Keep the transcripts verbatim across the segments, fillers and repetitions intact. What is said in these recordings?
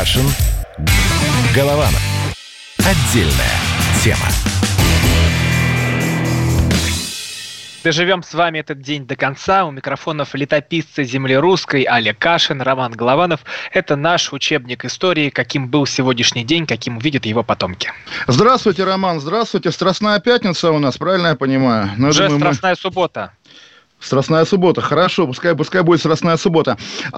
Кашин, Голованов. Отдельная тема. Доживем с вами этот день до конца. У микрофонов летописцы земли русской Олег Кашин, Роман Голованов. Это наш учебник истории, каким был сегодняшний день, каким увидят его потомки. Здравствуйте, Роман, здравствуйте. Страстная пятница у нас, правильно я понимаю? Но Уже думаю, Страстная мы... суббота. Страстная суббота, хорошо, пускай, пускай будет Страстная суббота.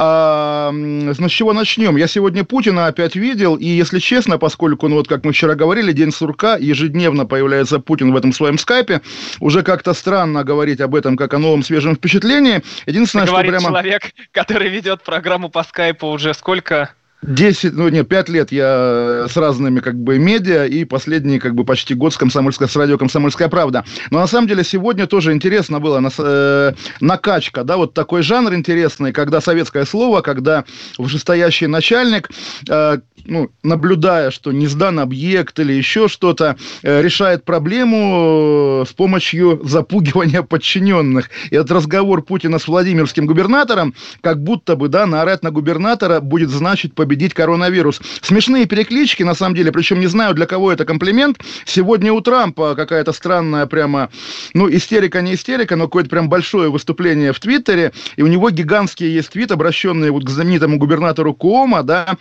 А, ну, с чего начнем? Я сегодня Путина опять видел, и, если честно, поскольку, ну вот как мы вчера говорили, День сурка, ежедневно появляется Путин в этом своем скайпе, уже как-то странно говорить об этом как о новом свежем впечатлении. Единственное, что прямо... человек, который ведет программу по скайпу уже сколько... десять, ну нет, пять лет я с разными как бы медиа, и последний как бы почти год с, комсомольской, с радио «Комсомольская правда». Но на самом деле сегодня тоже интересно было на, э, накачка, да, вот такой жанр интересный, когда советское слово, когда вышестоящий начальник, э, ну, наблюдая, что не сдан объект или еще что-то, э, решает проблему с помощью запугивания подчиненных. И этот разговор Путина с владимирским губернатором, как будто бы, да, наорать на губернатора будет значить победить победить коронавирус. Смешные переклички, на самом деле, причем не знаю, для кого это комплимент. Сегодня у Трампа какая-то странная прямо, ну, истерика, не истерика, но какое-то прям большое выступление в Твиттере, и у него гигантский есть твит, обращенный вот к знаменитому губернатору Куомо, да,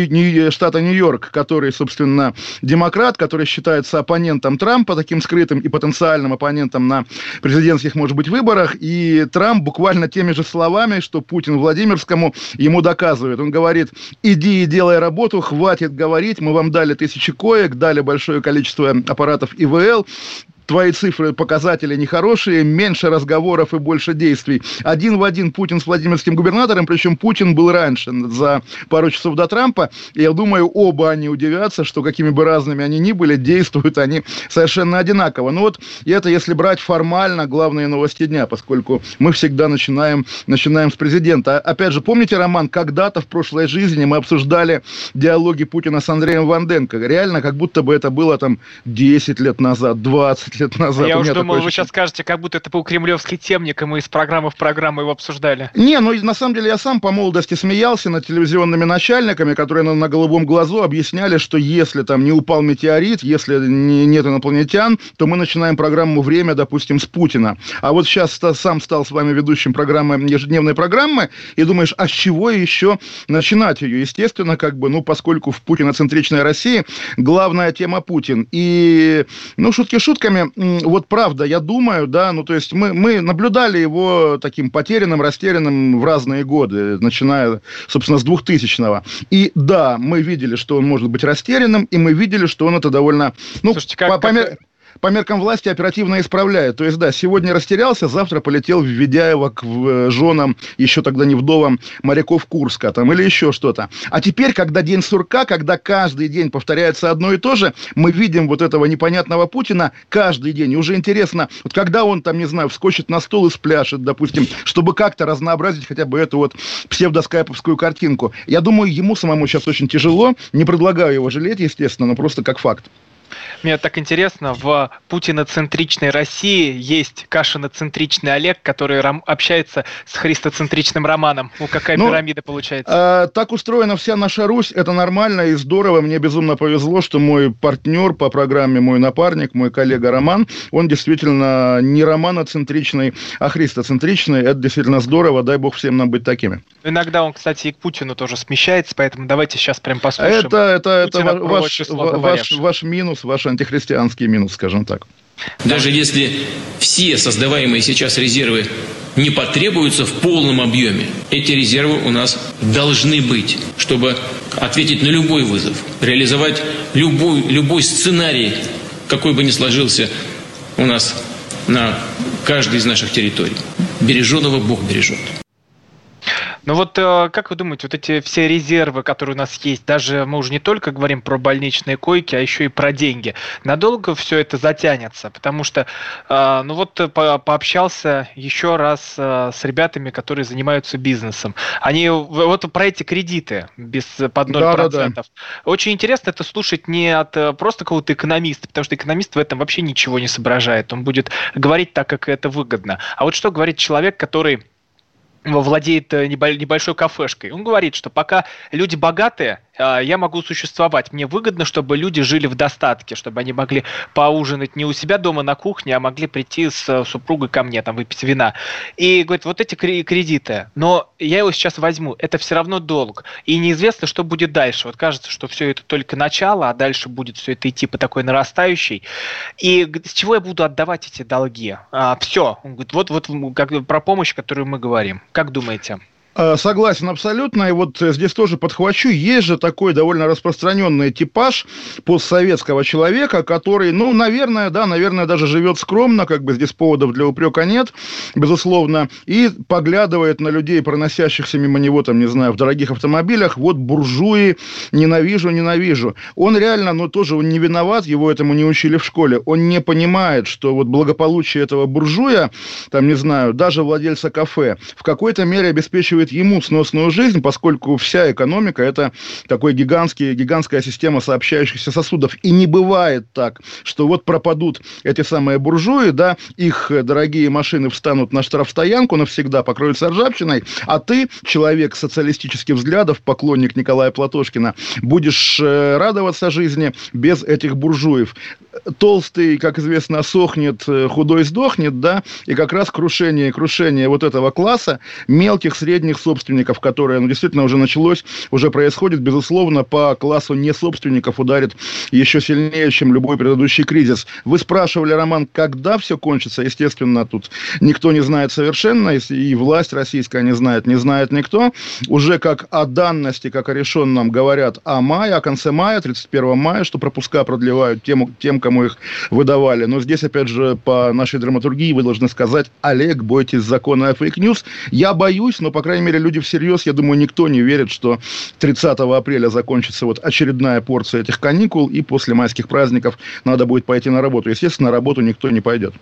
штата Нью-Йорк, который, собственно, демократ, который считается оппонентом Трампа, таким скрытым и потенциальным оппонентом на президентских, может быть, выборах, и Трамп буквально теми же словами, что Путин Владимирскому ему доказывает. Он говорит: иди и делай работу, хватит говорить, мы вам дали тысячи коек, дали большое количество аппаратов И В Л, твои цифры, показатели нехорошие, меньше разговоров и больше действий. Один в один Путин с владимирским губернатором, причем Путин был раньше, за пару часов до Трампа, и я думаю, оба они удивятся, что какими бы разными они ни были, действуют они совершенно одинаково. Ну вот, и это если брать формально главные новости дня, поскольку мы всегда начинаем, начинаем с президента. Опять же, помните, Роман, когда-то в прошлой жизни мы обсуждали диалоги Путина с Андреем Ванденко. Реально, как будто бы это было там десять лет назад, двадцать лет назад. Я уже думал, вы сейчас скажете, как будто это был кремлевский темник, и мы из программы в программу его обсуждали. Не, ну на самом деле я сам по молодости смеялся над телевизионными начальниками, которые на, на голубом глазу объясняли, что если там не упал метеорит, если не, нет инопланетян, то мы начинаем программу «Время», допустим, с Путина. А вот сейчас сам стал с вами ведущим программы, ежедневной программы, и думаешь, а с чего еще начинать ее? Естественно, как бы, ну, поскольку в путиноцентричной России главная тема Путин. И, ну, шутки шутками, вот правда, я думаю, да, ну, то есть мы, мы наблюдали его таким потерянным, растерянным в разные годы, начиная, собственно, с двухтысячного. И да, мы видели, что он может быть растерянным, и мы видели, что он это довольно, ну, Слушайте, как, по, по, как... по меркам власти оперативно исправляет. То есть, да, сегодня растерялся, завтра полетел в Ведяево к женам, еще тогда не вдовам, моряков Курска, там, или еще что-то. А теперь, когда день сурка, когда каждый день повторяется одно и то же, мы видим вот этого непонятного Путина каждый день. И уже интересно, вот когда он там, не знаю, вскочит на стол и спляшет, допустим, чтобы как-то разнообразить хотя бы эту вот псевдоскайповскую картинку. Я думаю, ему самому сейчас очень тяжело. Не предлагаю его жалеть, естественно, но просто как факт. Мне так интересно, в путиноцентричной России есть кашиноцентричный Олег, который рам- общается с христоцентричным Романом. Ну, какая ну, пирамида получается? Э, так устроена вся наша Русь, это нормально и здорово. Мне безумно повезло, что мой партнер по программе, мой напарник, мой коллега Роман, он действительно не романоцентричный, а христоцентричный. Это действительно здорово, дай бог всем нам быть такими. Иногда он, кстати, и к Путину тоже смещается, поэтому давайте сейчас прям послушаем. Это, это, это ваш, ваш, ваш минус, ваш антихристианский минус, скажем так. Даже если все создаваемые сейчас резервы не потребуются в полном объеме, эти резервы у нас должны быть, чтобы ответить на любой вызов, реализовать любой, любой сценарий, какой бы ни сложился у нас на каждой из наших территорий. Береженого Бог бережет. Ну вот, как вы думаете, вот эти все резервы, которые у нас есть, даже мы уже не только говорим про больничные койки, а еще и про деньги, надолго все это затянется? Потому что, ну вот, по- пообщался еще раз с ребятами, которые занимаются бизнесом. Они, вот про эти кредиты без, под ноль процентов. Да, да, да. Очень интересно это слушать не от просто какого-то экономиста, потому что экономист в этом вообще ничего не соображает. Он будет говорить так, как это выгодно. А вот что говорит человек, который владеет небольшой кафешкой. Он говорит, что пока люди богатые, я могу существовать. Мне выгодно, чтобы люди жили в достатке, чтобы они могли поужинать не у себя дома на кухне, а могли прийти с супругой ко мне, там, выпить вина. И говорит, вот эти кредиты, но я его сейчас возьму, это все равно долг. И неизвестно, что будет дальше. Вот кажется, что все это только начало, а дальше будет все это идти по такой нарастающей. И говорит, с чего я буду отдавать эти долги? А, все. Он говорит, вот, вот как, про помощь, о которой мы говорим. Как думаете? Согласен абсолютно, и вот здесь тоже подхвачу, есть же такой довольно распространенный типаж постсоветского человека, который, ну, наверное, да, наверное, даже живет скромно, как бы здесь поводов для упрека нет, безусловно, и поглядывает на людей, проносящихся мимо него, там, не знаю, в дорогих автомобилях, вот буржуи, ненавижу, ненавижу. Он реально, ну, тоже он не виноват, его этому не учили в школе, он не понимает, что вот благополучие этого буржуя, там, не знаю, даже владельца кафе, в какой-то мере обеспечивает ему сносную жизнь, поскольку вся экономика – это такой гигантский, гигантская система сообщающихся сосудов. И не бывает так, что вот пропадут эти самые буржуи, да, их дорогие машины встанут на штрафстоянку навсегда, покроются ржавчиной, а ты, человек социалистических взглядов, поклонник Николая Платошкина, будешь радоваться жизни без этих буржуев. Толстый, как известно, сохнет, худой сдохнет, да, и как раз крушение, крушение вот этого класса мелких, средних собственников, которое, ну, действительно уже началось, уже происходит, безусловно, по классу несобственников ударит еще сильнее, чем любой предыдущий кризис. Вы спрашивали, Роман, когда все кончится? Естественно, тут никто не знает совершенно, и власть российская не знает, не знает никто. Уже как о данности, как о решенном говорят о мае, о конце мая, тридцать первого мая, что пропуска продлевают тем, тем, кому их выдавали. Но здесь, опять же, по нашей драматургии вы должны сказать: Олег, бойтесь закона о фейк-ньюс. Я боюсь, но, по крайней мере, люди всерьез, я думаю, никто не верит, что тридцатого апреля закончится вот очередная порция этих каникул, и после майских праздников надо будет пойти на работу. Естественно, на работу никто не пойдет.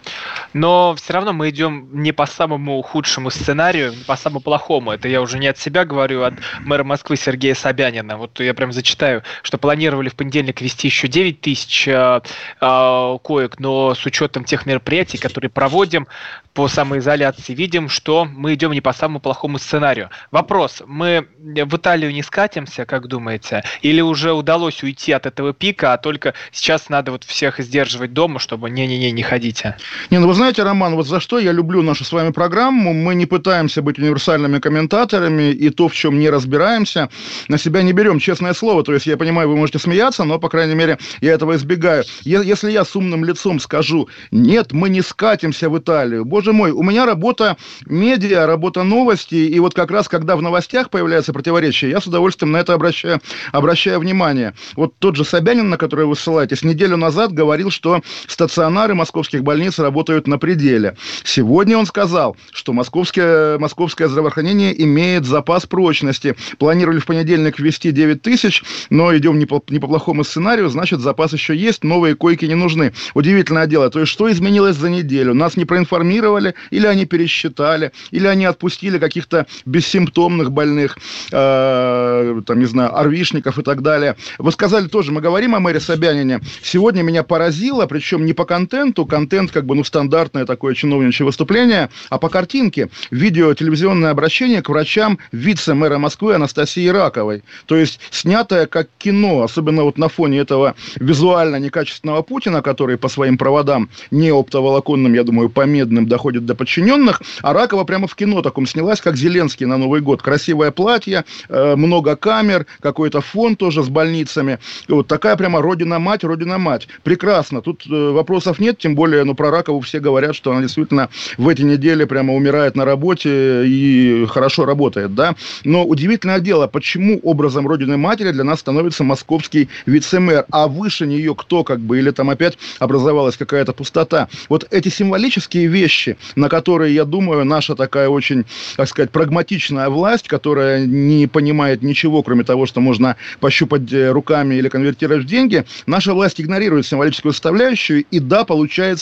Но все равно мы идем не по самому худшему сценарию, не по самому плохому. Это я уже не от себя говорю, а от мэра Москвы Сергея Собянина. Вот я прям зачитаю, что планировали в понедельник ввести еще девять тысяч э, э, коек, но с учетом тех мероприятий, которые проводим по самоизоляции, видим, что мы идем не по самому плохому сценарию. Вопрос: мы в Италию не скатимся, как думаете? Или уже удалось уйти от этого пика, а только сейчас надо вот всех сдерживать дома, чтобы не-не-не, не ходите? Не, ну вы знаете, Роман, вот за что я люблю нашу с вами программу. Мы не пытаемся быть универсальными комментаторами, и то, в чем не разбираемся, на себя не берем, честное слово. То есть, я понимаю, вы можете смеяться, но, по крайней мере, я этого избегаю. Если я с умным лицом скажу: нет, мы не скатимся в Италию, боже мой, у меня работа медиа, работа новости, и вот как раз, когда в новостях появляются противоречия, я с удовольствием на это обращаю, обращаю внимание. Вот тот же Собянин, на который вы ссылаетесь, неделю назад говорил, что стационары московских больниц работают на пределе. Сегодня он сказал, что московское, московское здравоохранение имеет запас прочности. Планировали в понедельник ввести девять тысяч, но идем не по, не по плохому сценарию, значит, запас еще есть, новые койки не нужны. Удивительное дело. То есть, что изменилось за неделю? Нас не проинформировали, или они пересчитали, или они отпустили каких-то бессимптомных больных, э, там, не знаю, орвишников и так далее. Вы сказали тоже, мы говорим о мэре Собянине. Сегодня меня поразило, причем не по контенту, контент как бы, ну, стандартное такое чиновничье выступление, а по картинке. Видео, телевизионное обращение к врачам вице-мэра Москвы Анастасии Раковой. То есть, снятое как кино, особенно вот на фоне этого визуально некачественного Путина, который по своим проводам не оптоволоконным, я думаю, по медным доходит до подчиненных, а Ракова прямо в кино таком снялась, как Зеленский на Новый год. Красивое платье, э, много камер, какой-то фон тоже с больницами. И вот такая прямо родина-мать, родина-мать. Прекрасно. Тут э, вопросов нет, тем более, ну, про Ракову все говорят, что она действительно в эти недели прямо умирает на работе и хорошо работает, да. Но удивительное дело, почему образом родины-матери для нас становится московский вице-мэр, а выше нее кто как бы, или там опять образовалась какая-то пустота. Вот эти символические вещи, на которые, я думаю, наша такая очень, так сказать, прагматичная власть, которая не понимает ничего, кроме того, что можно пощупать руками или конвертировать в деньги, наша власть игнорирует символическую составляющую, и да, получается, что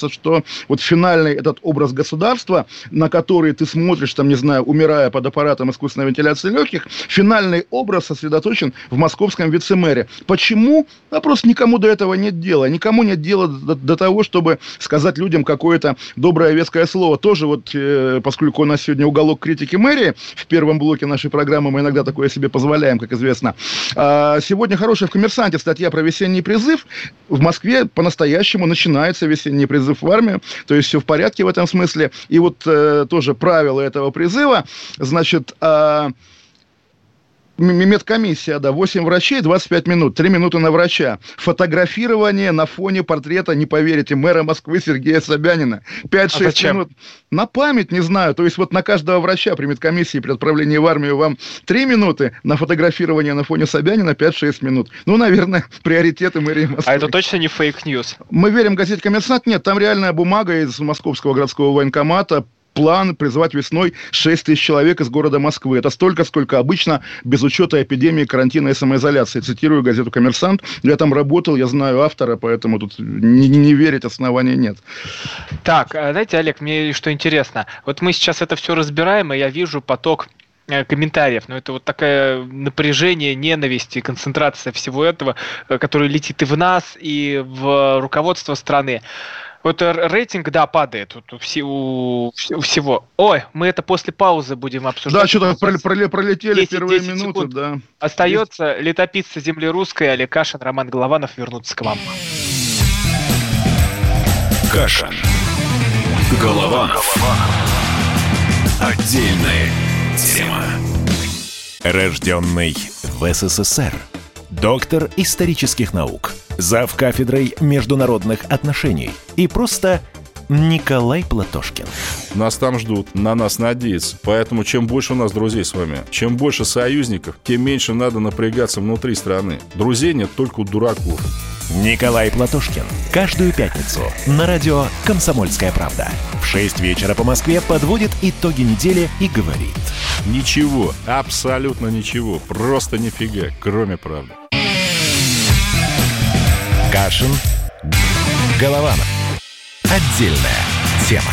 вот финальный этот образ государства, на который ты смотришь, там, не знаю, умирая под аппаратом искусственной вентиляции легких, финальный образ сосредоточен в московском вице-мэре. Почему? А просто никому до этого нет дела. Никому нет дела до, до того, чтобы сказать людям какое-то доброе веское слово. Тоже вот, э, поскольку у нас сегодня уголок критики мэрии, в первом блоке нашей программы мы иногда такое себе позволяем, как известно. А сегодня хорошая в «Коммерсанте» статья про весенний призыв. В Москве по-настоящему начинается весенний призыв в армию. То есть все в порядке в этом смысле. И вот э, тоже правила этого призыва. Значит, э, медкомиссия, да, восемь врачей, двадцать пять минут, три минуты на врача. Фотографирование на фоне портрета, не поверите, мэра Москвы Сергея Собянина. пять-шесть а минут. На память, не знаю. То есть вот на каждого врача при медкомиссии при отправлении в армию вам три минуты, на фотографирование на фоне Собянина пять-шесть минут. Ну, наверное, приоритеты мэрии Москвы. А это точно не фейк-ньюс? Мы верим газете «Коммерсант». Нет, там реальная бумага из Московского городского военкомата. План призвать весной шесть тысяч человек из города Москвы. Это столько, сколько обычно, без учета эпидемии, карантина и самоизоляции. Цитирую газету «Коммерсант». Я там работал, я знаю автора, поэтому тут не, не верить оснований нет. Так, знаете, Олег, мне что интересно. Вот мы сейчас это все разбираем, и я вижу поток комментариев, но это вот такое напряжение, ненависть и концентрация всего этого, которое летит и в нас, и в руководство страны. Вот рейтинг, да, падает у, у, у всего. Ой, мы это после паузы будем обсуждать. Да, что-то пролетели первые минуты, секунд. Да. Остается есть... летописцы земли русской Олег Кашин, Роман Голованов вернутся к вам. Кашин. Голованов. Отдельная тема. Рожденный в СССР. Доктор исторических наук. Зав. Кафедрой международных отношений. И просто Николай Платошкин. Нас там ждут, на нас надеются. Поэтому чем больше у нас друзей с вами, чем больше союзников, тем меньше надо напрягаться внутри страны. Друзей нет только у дураков. Николай Платошкин. Каждую пятницу на радио «Комсомольская правда». В шесть вечера по Москве подводит итоги недели и говорит. Ничего, абсолютно ничего, просто нифига, кроме правды. Кашин. Голованов. Отдельная тема.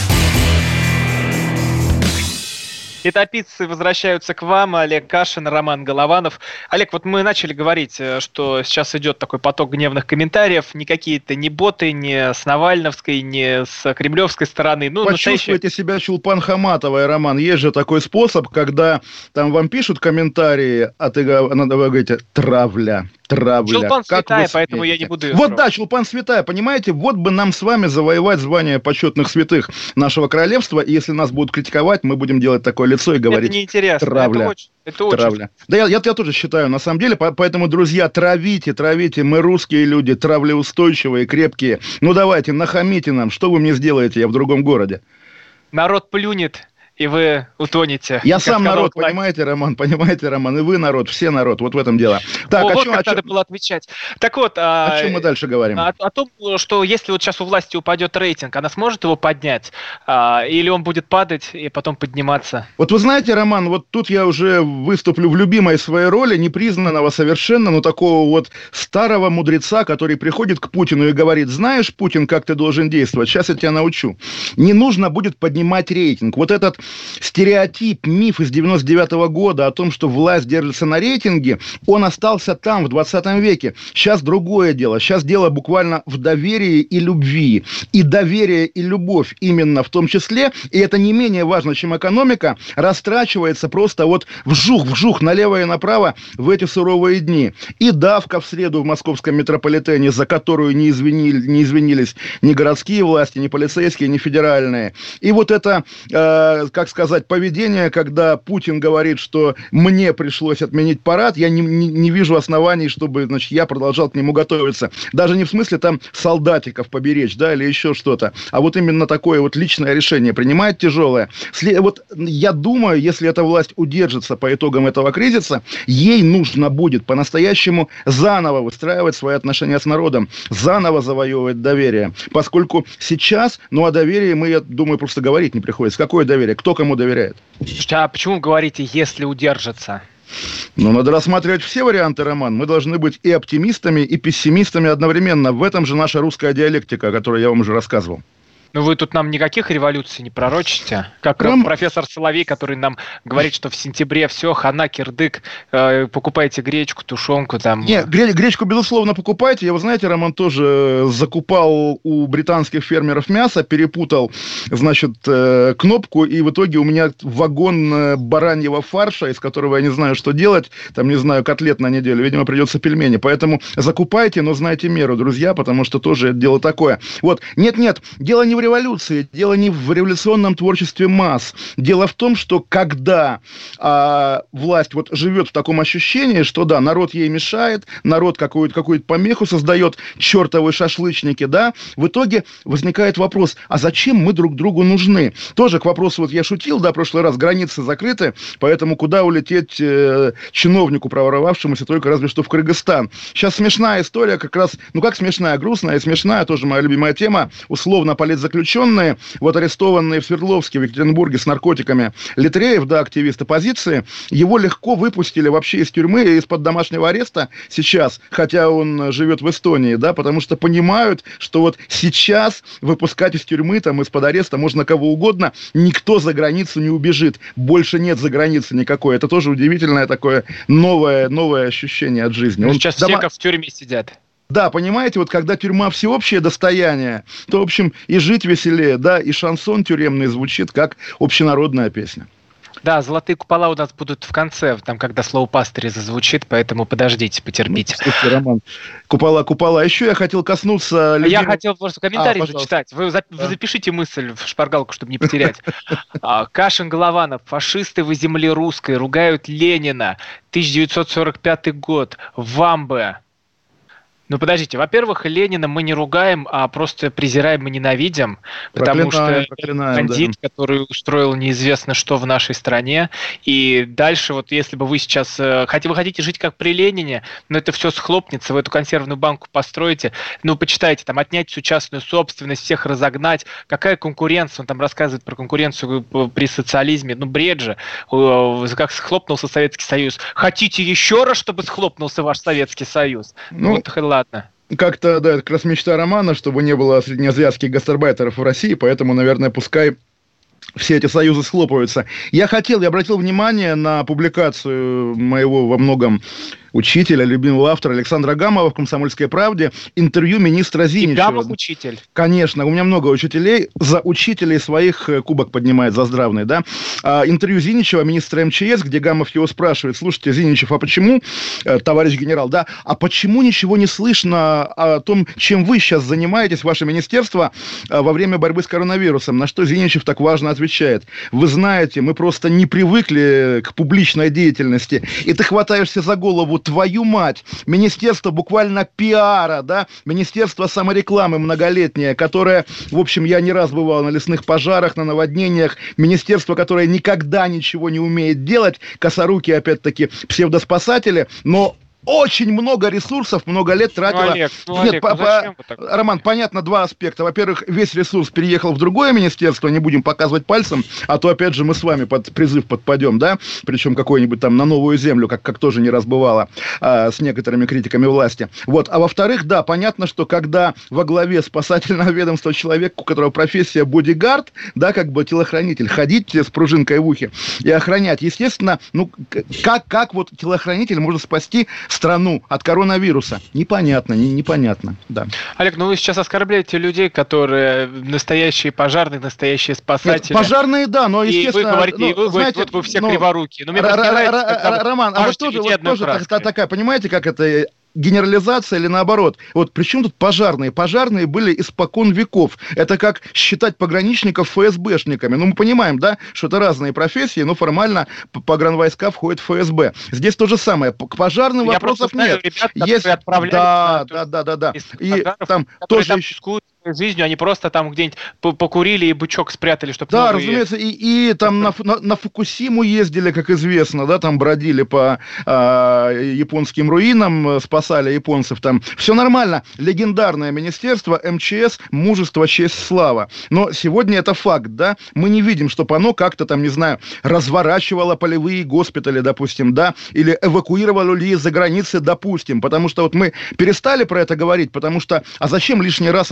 Летописцы возвращаются к вам. Олег Кашин, Роман Голованов. Олег, вот мы начали говорить, что сейчас идет такой поток гневных комментариев. Никакие это не боты, не с Навальновской, не с кремлевской стороны. Ну, почувствуйте настоящие... себя Чулпан Хаматовой, Роман. Есть же такой способ, когда там вам пишут комментарии, а ты говорите «травля». Травля. Чулпан как святая, поэтому я не буду... Вот да, Чулпан святая, понимаете? Вот бы нам с вами завоевать звание почетных святых нашего королевства, и если нас будут критиковать, мы будем делать такое лицо и говорить это неинтересно. «травля». Это очень, это очень... Травля. Да я, я, я тоже считаю, на самом деле, поэтому, друзья, травите, травите, мы русские люди, травлеустойчивые, крепкие. Ну давайте, нахамите нам, что вы мне сделаете, я в другом городе. Народ плюнет, и вы утонете. Я сам народ, Клайм. понимаете, Роман, понимаете, Роман, и вы народ, все народ, вот в этом дело. Так, о, о вот чем, как о чем... надо было отвечать. Так вот, о а... чем мы дальше говорим? О, о том, что если вот сейчас у власти упадет рейтинг, она сможет его поднять, а, или он будет падать и потом подниматься? Вот вы знаете, Роман, вот тут я уже выступлю в любимой своей роли, непризнанного совершенно, но такого вот старого мудреца, который приходит к Путину и говорит: знаешь, Путин, как ты должен действовать? Сейчас я тебя научу. Не нужно будет поднимать рейтинг. Вот этот стереотип, Стереотип, миф из девяносто девятого года о том, что власть держится на рейтинге, он остался там, в двадцатом веке. Сейчас другое дело. Сейчас дело буквально в доверии и любви. И доверие и любовь именно в том числе, и это не менее важно, чем экономика, растрачивается просто вот вжух-вжух налево и направо в эти суровые дни. И давка в среду в московском метрополитене, за которую не, извинили, не извинились ни городские власти, ни полицейские, ни федеральные. И вот это, э, как сказать, поведение, когда Путин говорит, что мне пришлось отменить парад, я не, не, не вижу оснований, чтобы, значит, я продолжал к нему готовиться. Даже не в смысле там солдатиков поберечь, да, или еще что-то, а вот именно такое вот личное решение принимает тяжелое. След... Вот я думаю, если эта власть удержится по итогам этого кризиса, ей нужно будет по-настоящему заново выстраивать свои отношения с народом, заново завоевывать доверие, поскольку сейчас, ну, о доверии мы, я думаю, просто говорить не приходится. Какое доверие? Кто кому доверяет? А почему вы говорите, если удержится? Ну, надо рассматривать все варианты, Роман. Мы должны быть и оптимистами, и пессимистами одновременно. В этом же наша русская диалектика, о которой я вам уже рассказывал. Ну вы тут нам никаких революций не пророчите? Как Рам... профессор Соловей, который нам говорит, что в сентябре все, хана, кирдык, э, покупайте гречку, тушенку там. Нет, гречку, безусловно, покупайте. Я, вы знаете, Роман тоже закупал у британских фермеров мясо, перепутал, значит, э, кнопку, и в итоге у меня вагон бараньего фарша, из которого я не знаю, что делать, там, не знаю, котлет на неделю, видимо, придется пельмени. Поэтому закупайте, но знайте меру, друзья, потому что тоже это дело такое. Вот, нет-нет, дело не в революции, дело не в революционном творчестве масс. Дело в том, что когда а, власть вот живет в таком ощущении, что да, народ ей мешает, народ какую-то, какую-то помеху создает, чертовы шашлычники, да, в итоге возникает вопрос, а зачем мы друг другу нужны? Тоже к вопросу, вот я шутил, да, в прошлый раз, границы закрыты, поэтому куда улететь э, чиновнику, проворовавшемуся только разве что в Кыргызстан. Сейчас смешная история, как раз, ну как смешная, грустная и смешная, тоже моя любимая тема, условно политзаключенные, вот арестованные в Свердловске, в Екатеринбурге с наркотиками, Литреев, да, активист оппозиции, его легко выпустили вообще из тюрьмы, из-под домашнего ареста сейчас, хотя он живет в Эстонии, да, потому что понимают, что вот сейчас выпускать из тюрьмы, там, из-под ареста можно кого угодно, никто за границу не убежит, больше нет за границы никакой, это тоже удивительное такое новое, новое ощущение от жизни. Он сейчас дома... все как в тюрьме сидят. Да, понимаете, вот когда тюрьма всеобщее достояние, то, в общем, и жить веселее, да, и шансон тюремный звучит как общенародная песня. Да, золотые купола у нас будут в конце, там, когда слово пастыря зазвучит, поэтому подождите, потерпите. Ну, слушайте, Роман, купола, купола. Еще я хотел коснуться... Любим... Я хотел просто комментарий а, зачитать. Вы, за... да. Вы запишите мысль в шпаргалку, чтобы не потерять. Кашин-Голованов. Фашисты вы земли русской ругают Ленина. тысяча девятьсот сорок пятый год. Вамбе. Ну, подождите, во-первых, Ленина мы не ругаем, а просто презираем и ненавидим, потому проклинаем, что проклинаем, бандит, да. который устроил неизвестно что в нашей стране, и дальше вот если бы вы сейчас, хотя вы хотите жить как при Ленине, но это все схлопнется, вы эту консервную банку построите, ну, почитайте, там, отнять всю частную собственность, всех разогнать, какая конкуренция, он там рассказывает про конкуренцию при социализме, ну, бред же, как схлопнулся Советский Союз. Хотите еще раз, чтобы схлопнулся ваш Советский Союз? Ну, вот, ладно. Как-то, да, это как раз мечта Романа, чтобы не было среднеазиатских гастарбайтеров в России, поэтому, наверное, пускай все эти союзы схлопываются. Я хотел, я обратил внимание на публикацию моего во многом учителя, любимого автора Александра Гамова в «Комсомольской правде», интервью министра Зиничева. И Гамов учитель. Конечно, у меня много учителей. За учителей своих кубок поднимает, за здравный, да. А, интервью Зиничева, министра эм че эс, где Гамов его спрашивает: слушайте, Зиничев, а почему, товарищ генерал, да, а почему ничего не слышно о том, чем вы сейчас занимаетесь, ваше министерство, во время борьбы с коронавирусом? На что Зиничев так важно отвечает: вы знаете, мы просто не привыкли к публичной деятельности, и ты хватаешься за голову, твою мать, министерство буквально пиара, да, министерство саморекламы многолетнее, которое, в общем, я не раз бывал на лесных пожарах, на наводнениях, министерство, которое никогда ничего не умеет делать, косоруки, опять-таки, псевдоспасатели, но очень много ресурсов, много лет тратила... Ну, Олег, ну, Нет, Олег, по, ну, по... Роман, понятно, два аспекта. Во-первых, весь ресурс переехал в другое министерство, не будем показывать пальцем, а то, опять же, мы с вами под призыв подпадем, да, причем какой-нибудь там на новую землю, как, как тоже не раз бывало, а, с некоторыми критиками власти. Вот. А во-вторых, да, понятно, что когда во главе спасательного ведомства человек, у которого профессия бодигард, да, как бы телохранитель, ходить с пружинкой в ухе и охранять, естественно, ну, как, как вот телохранитель может спасти страну от коронавируса? Непонятно, не, непонятно, да. Олег, ну вы сейчас оскорбляете людей, которые настоящие пожарные, настоящие спасатели. Нет, пожарные, да, но, естественно... И вы говорите, ну, и вы, знаете, вот вы все ну, криворукие. Ну, мне р- р- р- Роман, а вы тоже, вот, тоже так, такая, понимаете, как это... генерализация или наоборот? Вот при чем тут пожарные? Пожарные были испокон веков. Это как считать пограничников эф эс бэшниками. Ну, мы понимаем, да, что это разные профессии, но формально погранвойска входят в эф эс бэ. Здесь то же самое. К пожарным Я вопросов нет. Ребят, Есть... Да, да, да, да, да. И там тоже... жизнью, они просто там где-нибудь покурили и бычок спрятали, чтобы... Да, новые... разумеется, и, и там на, на, на Фукусиму ездили, как известно, да, там бродили по а, японским руинам, спасали японцев там. Все нормально. Легендарное министерство эм че эс, мужество, честь, слава. Но сегодня это факт, да, мы не видим, чтобы оно как-то там, не знаю, разворачивало полевые госпитали, допустим, да, или эвакуировало людей за границы, допустим, потому что вот мы перестали про это говорить, потому что, а зачем лишний раз расстраиваться?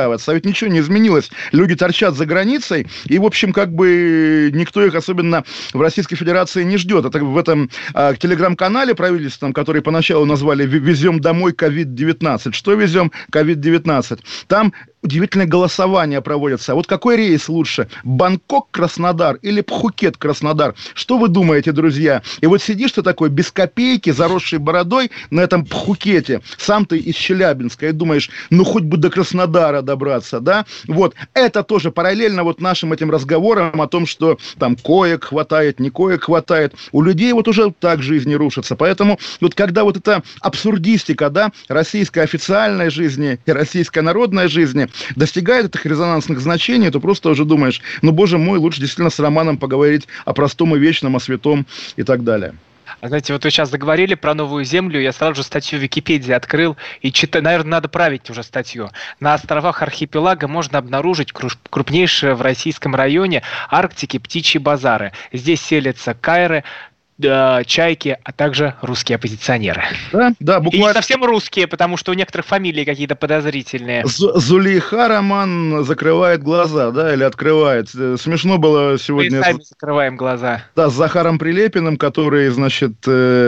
устраиваться. А ведь ничего не изменилось. Люди торчат за границей, и, в общем, как бы никто их особенно в Российской Федерации не ждет. Это в этом а, телеграм-канале правительственном, который поначалу назвали «Везем домой ковид девятнадцать». Что везем? ковид девятнадцать. Там удивительное голосование проводится. А вот какой рейс лучше? Бангкок-Краснодар или Пхукет-Краснодар? Что вы думаете, друзья? И вот сидишь ты такой без копейки, заросший бородой на этом Пхукете. Сам ты из Челябинска и думаешь, ну хоть бы до Краснодара добраться, да? Вот. Это тоже параллельно вот нашим этим разговорам о том, что там коек хватает, не коек хватает. У людей вот уже так жизни рушатся. Поэтому вот когда вот эта абсурдистика, да, российской официальной жизни и российской народной жизни достигает этих резонансных значений, то просто уже думаешь, ну, боже мой, лучше действительно с Романом поговорить о простом и вечном, о святом и так далее. А знаете, вот вы сейчас заговорили про новую землю, я сразу же статью в Википедии открыл и читаю, наверное, надо править уже статью. На островах архипелага можно обнаружить крупнейшие в российском районе Арктики птичьи базары. Здесь селятся кайры, чайки, а также русские оппозиционеры. Да, да, буквально. И не совсем русские, потому что у некоторых фамилии какие-то подозрительные. Зулейха Роман закрывает глаза, да, или открывает. Смешно было сегодня. Мы сами закрываем глаза. Да, с Захаром Прилепиным, который, значит,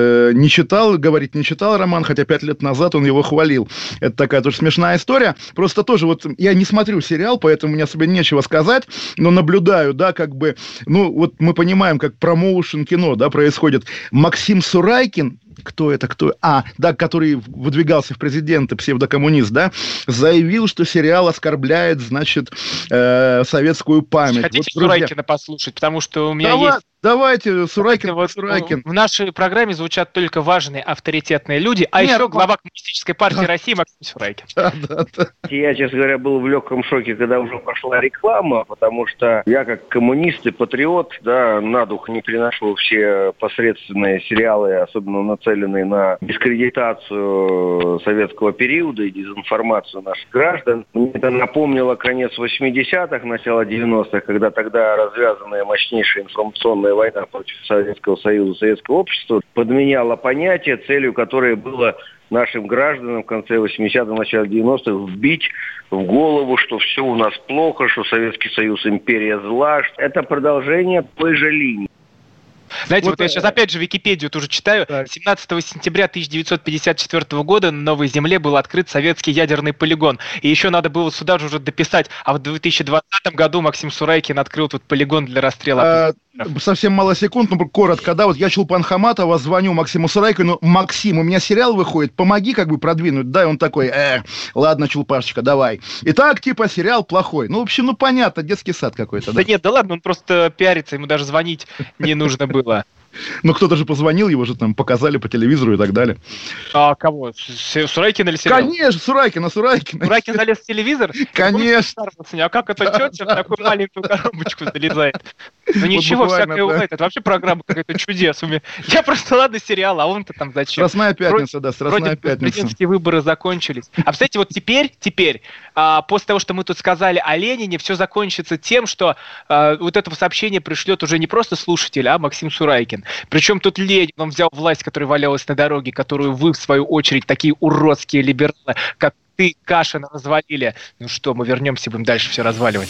не читал, говорит, не читал роман, хотя пять лет назад он его хвалил. Это такая тоже смешная история. Просто тоже вот я не смотрю сериал, поэтому мне особо нечего сказать, но наблюдаю, да, как бы, ну, вот мы понимаем, как промоушен кино, да, происходит. Максим Сурайкин, кто это, кто... А, да, который выдвигался в президенты, псевдокоммунист, да, заявил, что сериал оскорбляет, значит, э, советскую память. Хотите вот, друзья... Сурайкина послушать, потому что у меня Давай, есть... Давайте, Сурайкин, вот, Сурайкин. В нашей программе звучат только важные, авторитетные люди, а Нет, еще глава Коммунистической партии да. России Максим Сурайкин. Да, да, да. Я, честно говоря, был в легком шоке, когда уже пошла реклама, потому что я, как коммунист и патриот, да, на дух не переношу все посредственные сериалы, особенно нацеленные на дискредитацию советского периода и дезинформацию наших граждан. Мне это напомнило конец восьмидесятых, начало девяностых, когда тогда развязанная мощнейшая информационная война против Советского Союза, советского общества подменяла понятие, целью которой было нашим гражданам в конце восьмидесятых, начале девяностых вбить в голову, что все у нас плохо, что Советский Союз империя зла. Это продолжение той же линии. Знаете, вот, вот я сейчас опять же Википедию тоже читаю. Так. семнадцатого сентября тысяча девятьсот пятьдесят четвёртого года на Новой Земле был открыт советский ядерный полигон. И еще надо было сюда же уже дописать. А в две тысячи двадцатом году Максим Сурайкин открыл тут полигон для расстрела. А, совсем мало секунд, но коротко. Да, вот я Чулпан Хаматова, звоню Максиму Сурайкину. Максим, у меня сериал выходит, помоги как бы продвинуть. Да, и он такой, э, ладно, Чулпашечка, давай. И так, типа, сериал плохой. Ну, в общем, ну, понятно, детский сад какой-то. Да, да нет, да ладно, он просто пиарится, ему даже звонить не нужно было. Было. Ну, кто-то же позвонил, его же там показали по телевизору и так далее. А кого? Сурайкин или сериал? Конечно, Сурайкина, Сурайкина. Сурайкин залез в телевизор? Конечно. А как это тетя в такую маленькую коробочку залезает? Ну ничего, всякое бывает. Это вообще программа какая-то чудес. Я просто, ладно, сериал, а он-то там зачем? Страстная пятница, да, Страстная пятница. Президентские выборы закончились. А представляете, вот теперь, теперь, после того, что мы тут сказали о Ленине, все закончится тем, что вот это сообщение пришлет уже не просто слушатель, а Максим Сурайкин. Причем тут Ленин, он взял власть, которая валялась на дороге, которую вы, в свою очередь, такие уродские либералы, как ты, Кашина, развалили. Ну что, мы вернемся, будем дальше все разваливать.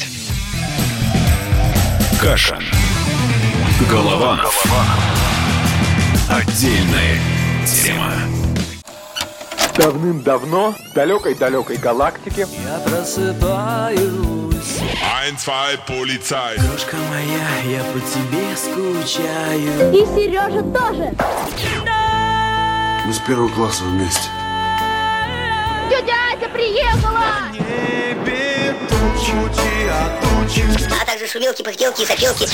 Кашин. Голованов. Отдельная тема. Давным-давно, в далекой-далекой галактике. Я просыпаюсь. Ein, zwei, полицай. Крошка моя, я по тебе скучаю. И Сережа тоже. Мы с первого класса вместе. Тетя Ася приехала! На небе тучи, а тучи. А также шумелки, пыхтелки и сопелки.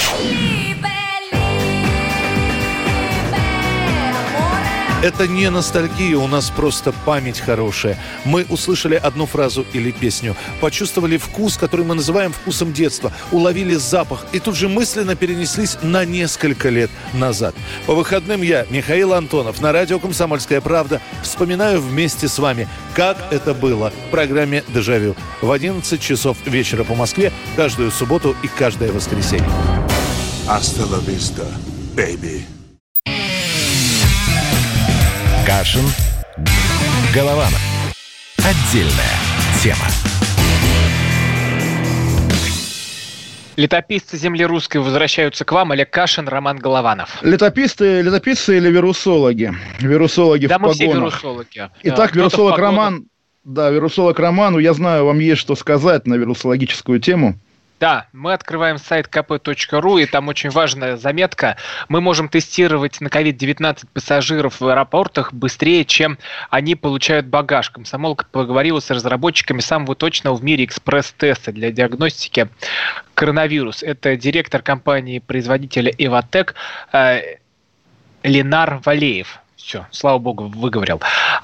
Это не ностальгия, у нас просто память хорошая. Мы услышали одну фразу или песню, почувствовали вкус, который мы называем вкусом детства, уловили запах и тут же мысленно перенеслись на несколько лет назад. По выходным я, Михаил Антонов, на радио «Комсомольская правда» вспоминаю вместе с вами, как это было в программе «Дежавю» в одиннадцать часов вечера по Москве каждую субботу и каждое воскресенье. Hasta la vista, baby. Кашин. Голованов. Отдельная тема. Летописцы земли русской возвращаются к вам. Олег Кашин, Роман Голованов. Летописцы, летописцы или вирусологи? Вирусологи да, в погонах. Да, мы все вирусологи. Итак, Кто-то вирусолог Роман... Да, вирусолог Роман, я знаю, вам есть что сказать на вирусологическую тему. Да, мы открываем сайт ка пэ точка ру, и там очень важная заметка. Мы можем тестировать на ковид девятнадцать пассажиров в аэропортах быстрее, чем они получают багаж. Комсомолка поговорила с разработчиками самого точного в мире экспресс-теста для диагностики коронавируса. Это директор компании-производителя Эвотек э, Ленар Валеев. Все, слава богу, выговорил.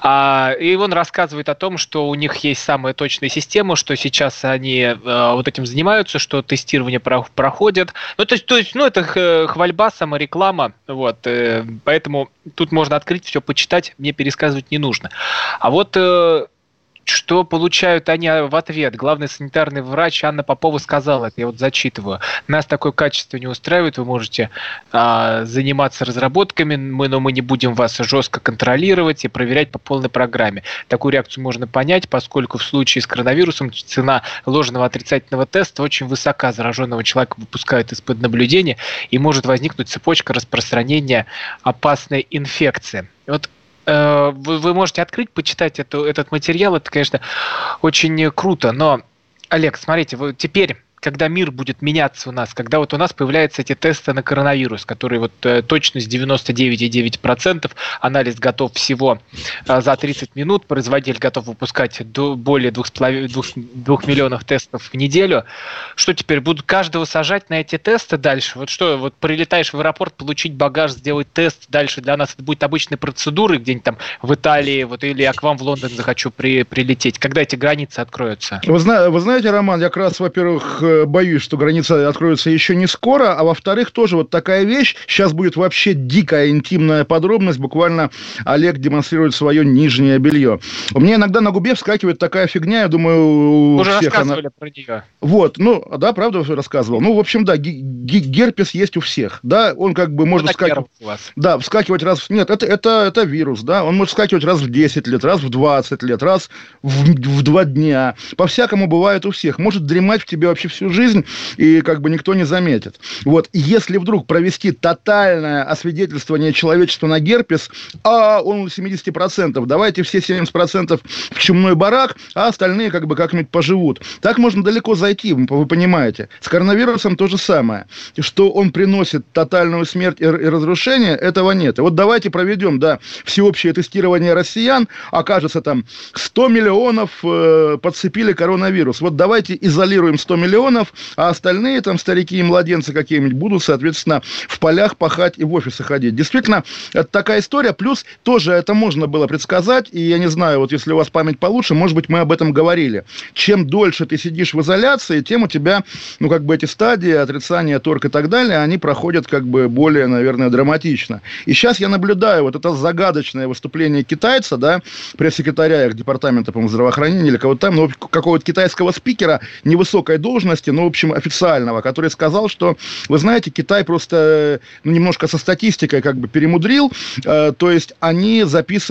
А, и он рассказывает о том, что у них есть самая точная система, что сейчас они а, вот этим занимаются, что тестирование про- проходит. Ну, то есть, то есть, ну, это хвальба, самореклама, вот, э, поэтому тут можно открыть, все почитать, мне пересказывать не нужно. А вот... Э, что получают они в ответ? Главный санитарный врач Анна Попова сказала, это я вот зачитываю: нас такое качество не устраивает, вы можете а, заниматься разработками, мы, но мы не будем вас жестко контролировать и проверять по полной программе. Такую реакцию можно понять, поскольку в случае с коронавирусом цена ложного отрицательного теста очень высока. Зараженного человека выпускают из-под наблюдения, и может возникнуть цепочка распространения опасной инфекции. Вот Вы, вы можете открыть, почитать эту, этот материал. Это, конечно, очень круто. Но, Олег, смотрите, вы теперь, когда мир будет меняться у нас, когда вот у нас появляются эти тесты на коронавирус, которые вот э, точность девяносто девять целых девять десятых процента, анализ готов всего э, за тридцать минут, производитель готов выпускать до, более двух миллионов тестов в неделю. Что теперь, будут каждого сажать на эти тесты дальше? Вот что, вот прилетаешь в аэропорт, получить багаж, сделать тест, дальше для нас это будет обычной процедурой где-нибудь там в Италии, вот, или я к вам в Лондон захочу при, прилететь. Когда эти границы откроются? Вы, зна- вы знаете, Роман, я как раз, во-первых, боюсь, что границы откроются еще не скоро, а во-вторых, тоже вот такая вещь, сейчас будет вообще дикая интимная подробность, буквально Олег демонстрирует свое нижнее белье. У меня иногда на губе вскакивает такая фигня, я думаю, у Уже всех рассказывали она... про нее. Вот, ну, да, правда, рассказывал. Ну, в общем, да, г- г- герпес есть у всех, да, он как бы может вскакивать... Да, вскакивать раз... Нет, это, это, это вирус, да, он может вскакивать раз в десять лет, раз в двадцать лет, раз в, в два дня. По-всякому бывает у всех. Может дремать в тебе вообще всю жизнь, и как бы никто не заметит. Вот, если вдруг провести тотальное освидетельствование человечества на герпес, а он у семьдесят процентов, давайте все семьдесят процентов в чумной барак, а остальные как бы как-нибудь поживут. Так можно далеко зайти, вы понимаете. С коронавирусом то же самое. Что он приносит тотальную смерть и разрушение, этого нет. И вот давайте проведем, да, всеобщее тестирование россиян, окажется там сто миллионов э, подцепили коронавирус. Вот давайте изолируем сто миллионов, а остальные там старики и младенцы какие-нибудь будут, соответственно, в полях пахать и в офисы ходить. Действительно, это такая история. Плюс тоже это можно было предсказать, и я не знаю, вот если у вас память получше, может быть, мы об этом говорили. Чем дольше ты сидишь в изоляции, тем у тебя, ну, как бы эти стадии, отрицания, торг и так далее, они проходят как бы более, наверное, драматично. И сейчас я наблюдаю вот это загадочное выступление китайца, да, пресс-секретаря их департамента, по-моему, здравоохранения или кого-то там, ну, какого-то китайского спикера невысокой должности, ну, в общем, официального, который сказал, что, вы знаете, Китай просто ну, немножко со статистикой как бы перемудрил, э, то есть они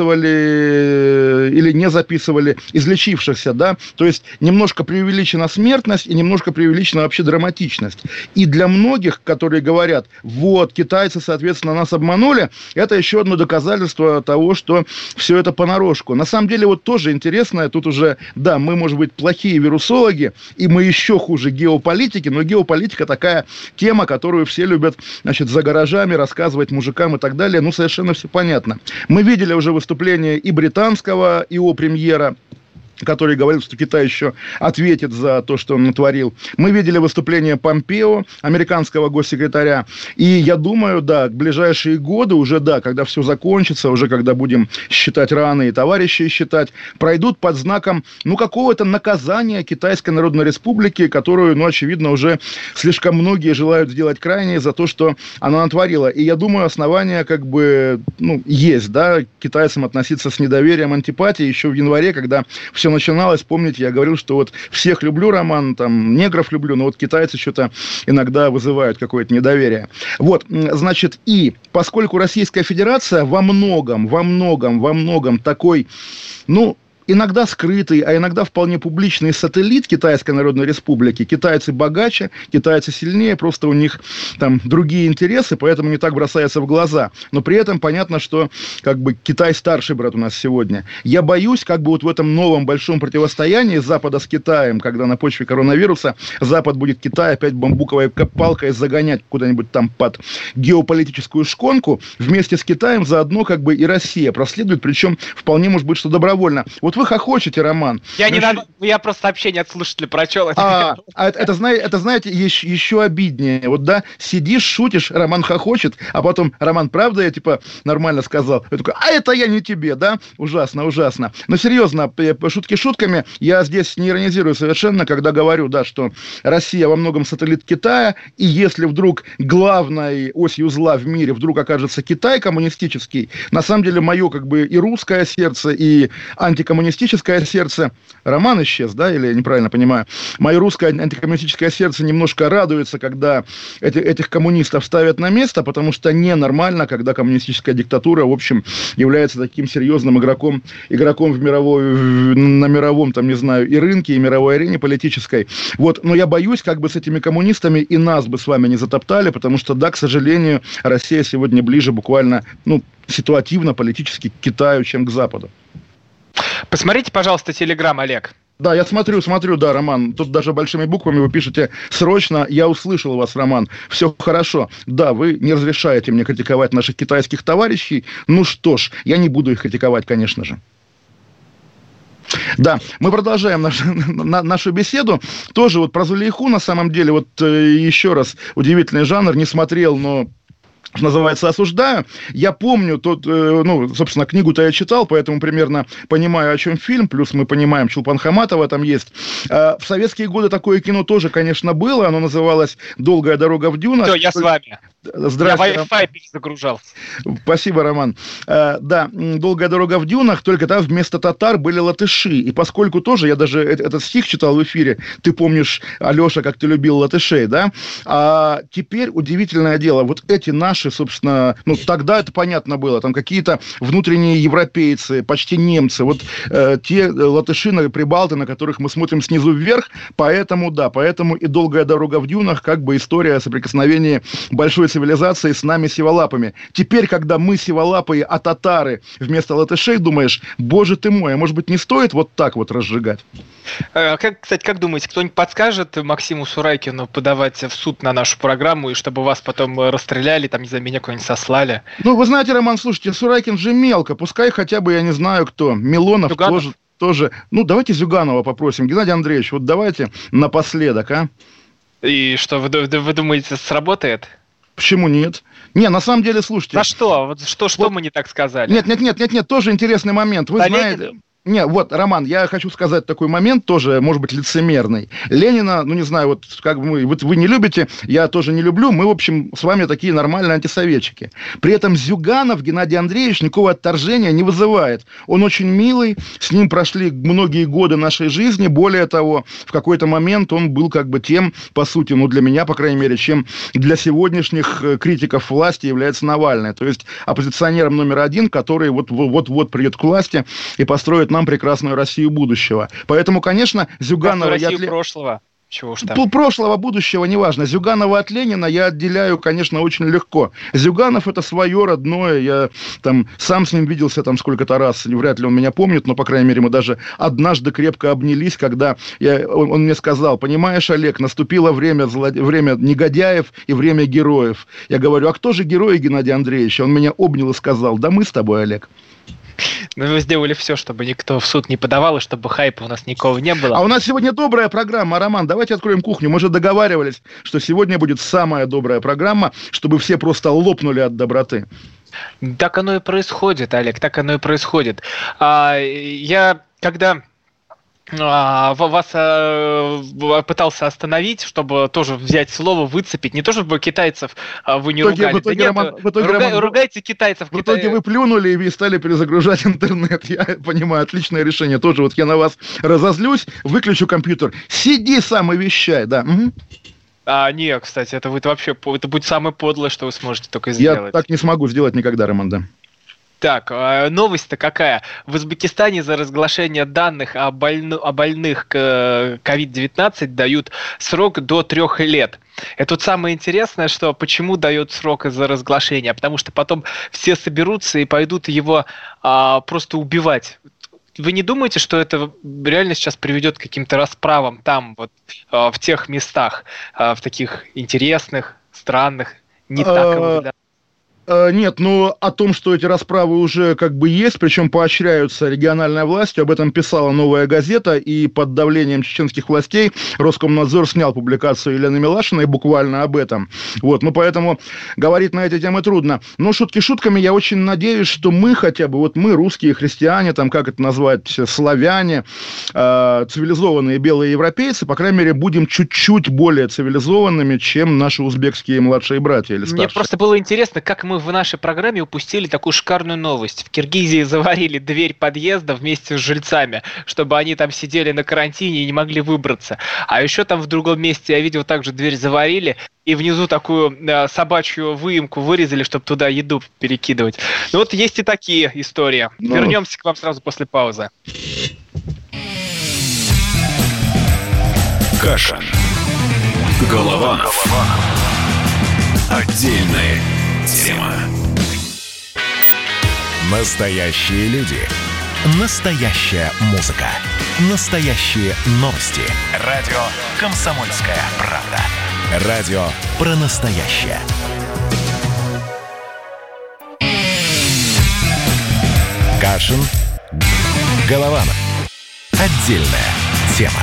записывали или не записывали излечившихся, да, то есть немножко преувеличена смертность и немножко преувеличена вообще драматичность. И для многих, которые говорят, вот, китайцы, соответственно, нас обманули, это еще одно доказательство того, что все это понарошку. На самом деле, вот тоже интересно, тут уже, да, мы, может быть, плохие вирусологи, и мы еще хуже геополитики, но геополитика такая тема, которую все любят, значит, за гаражами рассказывать мужикам и так далее, ну, совершенно все понятно. Мы видели уже выступление и британского и о премьера, который говорил, что Китай еще ответит за то, что он натворил. Мы видели выступление Помпео, американского госсекретаря, и я думаю, да, в ближайшие годы уже, да, когда все закончится, уже когда будем считать раны и товарищей считать, пройдут под знаком, ну, какого-то наказания Китайской Народной Республики, которую, ну, очевидно, уже слишком многие желают сделать крайней за то, что она натворила. И я думаю, основания, как бы, ну, есть, да, китайцам относиться с недоверием, антипатией еще в январе, когда все начиналось, помните, я говорил, что вот всех люблю, Роман, там, негров люблю, но вот китайцы что-то иногда вызывают какое-то недоверие. Вот, значит, и поскольку Российская Федерация во многом, во многом, во многом такой, ну, иногда скрытый, а иногда вполне публичный сателлит Китайской Народной Республики. Китайцы богаче, китайцы сильнее, просто у них там другие интересы, поэтому не так бросается в глаза. Но при этом понятно, что как бы Китай старший брат у нас сегодня. Я боюсь, как бы вот в этом новом большом противостоянии Запада с Китаем, когда на почве коронавируса Запад будет Китай опять бамбуковой палкой загонять куда-нибудь там под геополитическую шконку, вместе с Китаем заодно как бы и Россия проследует, причем вполне может быть, что добровольно. Вот вы хохочете, Роман. Я не надо, я просто сообщение от слушателя прочел. А, а это, это, это, знаете, еще, еще обиднее. Вот, да, сидишь, шутишь, Роман хохочет, а потом, Роман, правда, я, типа, нормально сказал? Я такой, а это я не тебе, да? Ужасно, ужасно. Но серьезно, шутки шутками, я здесь не иронизирую совершенно, когда говорю, да, что Россия во многом сателлит Китая, и если вдруг главной осью зла в мире вдруг окажется Китай коммунистический, на самом деле мое, как бы, и русское сердце, и антикоммунистическое сердце, Роман исчез, да, или я неправильно понимаю, мое русское антикоммунистическое сердце немножко радуется, когда эти, этих коммунистов ставят на место, потому что ненормально, когда коммунистическая диктатура, в общем, является таким серьезным игроком, игроком в мировой, на мировом, там, не знаю, и рынке, и мировой арене политической. Вот, но я боюсь, как бы с этими коммунистами и нас бы с вами не затоптали, потому что, да, к сожалению, Россия сегодня ближе буквально, ну, ситуативно, политически к Китаю, чем к Западу. Посмотрите, пожалуйста, телеграм, Олег. Да, я смотрю, смотрю, да, Роман. Тут даже большими буквами вы пишете «Срочно, я услышал вас, Роман. Все хорошо. Да, вы не разрешаете мне критиковать наших китайских товарищей. Ну что ж, я не буду их критиковать, конечно же». Да, мы продолжаем наш, на, нашу беседу. Тоже вот про Зулейху, на самом деле, вот э, еще раз, удивительный жанр, не смотрел, но... что называется, осуждаю. Я помню, тот, э, ну, собственно, книгу-то я читал, поэтому примерно понимаю, о чем фильм, плюс мы понимаем, Чулпан Хаматова там есть. Э, в советские годы такое кино тоже, конечно, было, оно называлось «Долгая дорога в дюнах». Все, я с вами. Здравствуйте. Я Wi-Fi перезагружал. Спасибо, Роман. Э, да, «Долгая дорога в дюнах», только там вместо татар были латыши. И поскольку тоже, я даже этот стих читал в эфире, ты помнишь, Алеша, как ты любил латышей, да? А теперь удивительное дело, вот эти наши, собственно, ну, тогда это понятно было, там какие-то внутренние европейцы, почти немцы, вот э, те латыши, прибалты, на которых мы смотрим снизу вверх, поэтому, да, поэтому и «Долгая дорога в дюнах», как бы история соприкосновения большой цивилизации с нами сиволапами. Теперь, когда мы сиволапые, а татары вместо латышей, думаешь, боже ты мой, а может быть не стоит вот так вот разжигать? А, как, кстати, как думаете, кто-нибудь подскажет Максиму Сурайкину подавать в суд на нашу программу, и чтобы вас потом расстреляли, там, не знаю, меня куда-нибудь сослали? Ну, вы знаете, Роман, слушайте, Сурайкин же мелко, пускай хотя бы, я не знаю кто, Милонов Зюганов? тоже... тоже. Ну, давайте Зюганова попросим. Геннадий Андреевич, вот давайте напоследок, а? И что, вы, вы думаете, сработает? Почему нет? Не, на самом деле, слушайте... За что? Вот что, что вот... мы не так сказали? Нет, нет, нет, нет, нет, тоже интересный момент. Вы да знаете... Ленин? Не, вот, Роман, я хочу сказать такой момент, тоже, может быть, лицемерный. Ленина, ну, не знаю, вот как вы, вот вы не любите, я тоже не люблю, мы, в общем, с вами такие нормальные антисоветчики. При этом Зюганов Геннадий Андреевич никакого отторжения не вызывает. Он очень милый, с ним прошли многие годы нашей жизни, более того, в какой-то момент он был как бы тем, по сути, ну, для меня, по крайней мере, чем для сегодняшних критиков власти является Навальный. То есть оппозиционером номер один, который вот-вот придет к власти и построит нам прекрасную Россию будущего. Поэтому, конечно, Зюганова... Россию от... прошлого. Чего уж там. Прошлого, будущего, неважно. Зюганова от Ленина я отделяю, конечно, очень легко. Зюганов это свое родное. Я там сам с ним виделся там сколько-то раз. Вряд ли он меня помнит, но, по крайней мере, мы даже однажды крепко обнялись, когда я, он, он мне сказал: понимаешь, Олег, наступило время, зло... время негодяев и время героев. Я говорю: а кто же герои, Геннадий Андреевич? Он меня обнял и сказал: да мы с тобой, Олег. Ну, вы сделали все, чтобы никто в суд не подавал, и чтобы хайпа у нас никого не было. А у нас сегодня добрая программа, Роман. Давайте откроем кухню. Мы же договаривались, что сегодня будет самая добрая программа, чтобы все просто лопнули от доброты. Так оно и происходит, Олег, так оно и происходит. А, я, когда... вас э, пытался остановить, чтобы тоже взять слово, выцепить. Не то, чтобы китайцев э, вы не в итоге, ругали. В итоге, да Роман, нет, в итоге, ругай, Роман, ругайте китайцев. В Китай... итоге вы плюнули и стали перезагружать интернет. Я понимаю, отличное решение. Тоже вот я на вас разозлюсь, выключу компьютер. Сиди сам и вещай, да. Угу. А, не, кстати, это будет вообще, это будет самое подлое, что вы сможете только сделать. Я так не смогу сделать никогда, Роман, да. Так, новость-то какая? В Узбекистане за разглашение данных о, больно, о больных ковид девятнадцать дают срок до трех лет. Это вот самое интересное, что почему дают срок за разглашение, потому что потом все соберутся и пойдут его а, просто убивать. Вы не думаете, что это реально сейчас приведет к каким-то расправам там, вот а, в тех местах, а, в таких интересных, странных, не так выглядят? Нет, ну о том, что эти расправы уже как бы есть, причем поощряются региональной властью, об этом писала «Новая газета», и под давлением чеченских властей Роскомнадзор снял публикацию Елены Милашиной буквально об этом. Вот, ну поэтому говорить на эти темы трудно. Но шутки шутками, я очень надеюсь, что мы хотя бы, вот мы, русские христиане, там как это назвать, славяне, э, цивилизованные белые европейцы, по крайней мере, будем чуть-чуть более цивилизованными, чем наши узбекские младшие братья или старшие. Мне просто было интересно, как мы в нашей программе упустили такую шикарную новость. В Киргизии заварили дверь подъезда вместе с жильцами, чтобы они там сидели на карантине и не могли выбраться. А еще там в другом месте я видел, также дверь заварили, и внизу такую э, собачью выемку вырезали, чтобы туда еду перекидывать. Ну вот есть и такие истории. Ну... Вернемся к вам сразу после паузы. Кашин. Голованов. Отдельная тема. Настоящие люди. Настоящая музыка. Настоящие новости. Радио «Комсомольская правда». Радио про настоящее. Кашин. Голованов. Отдельная тема.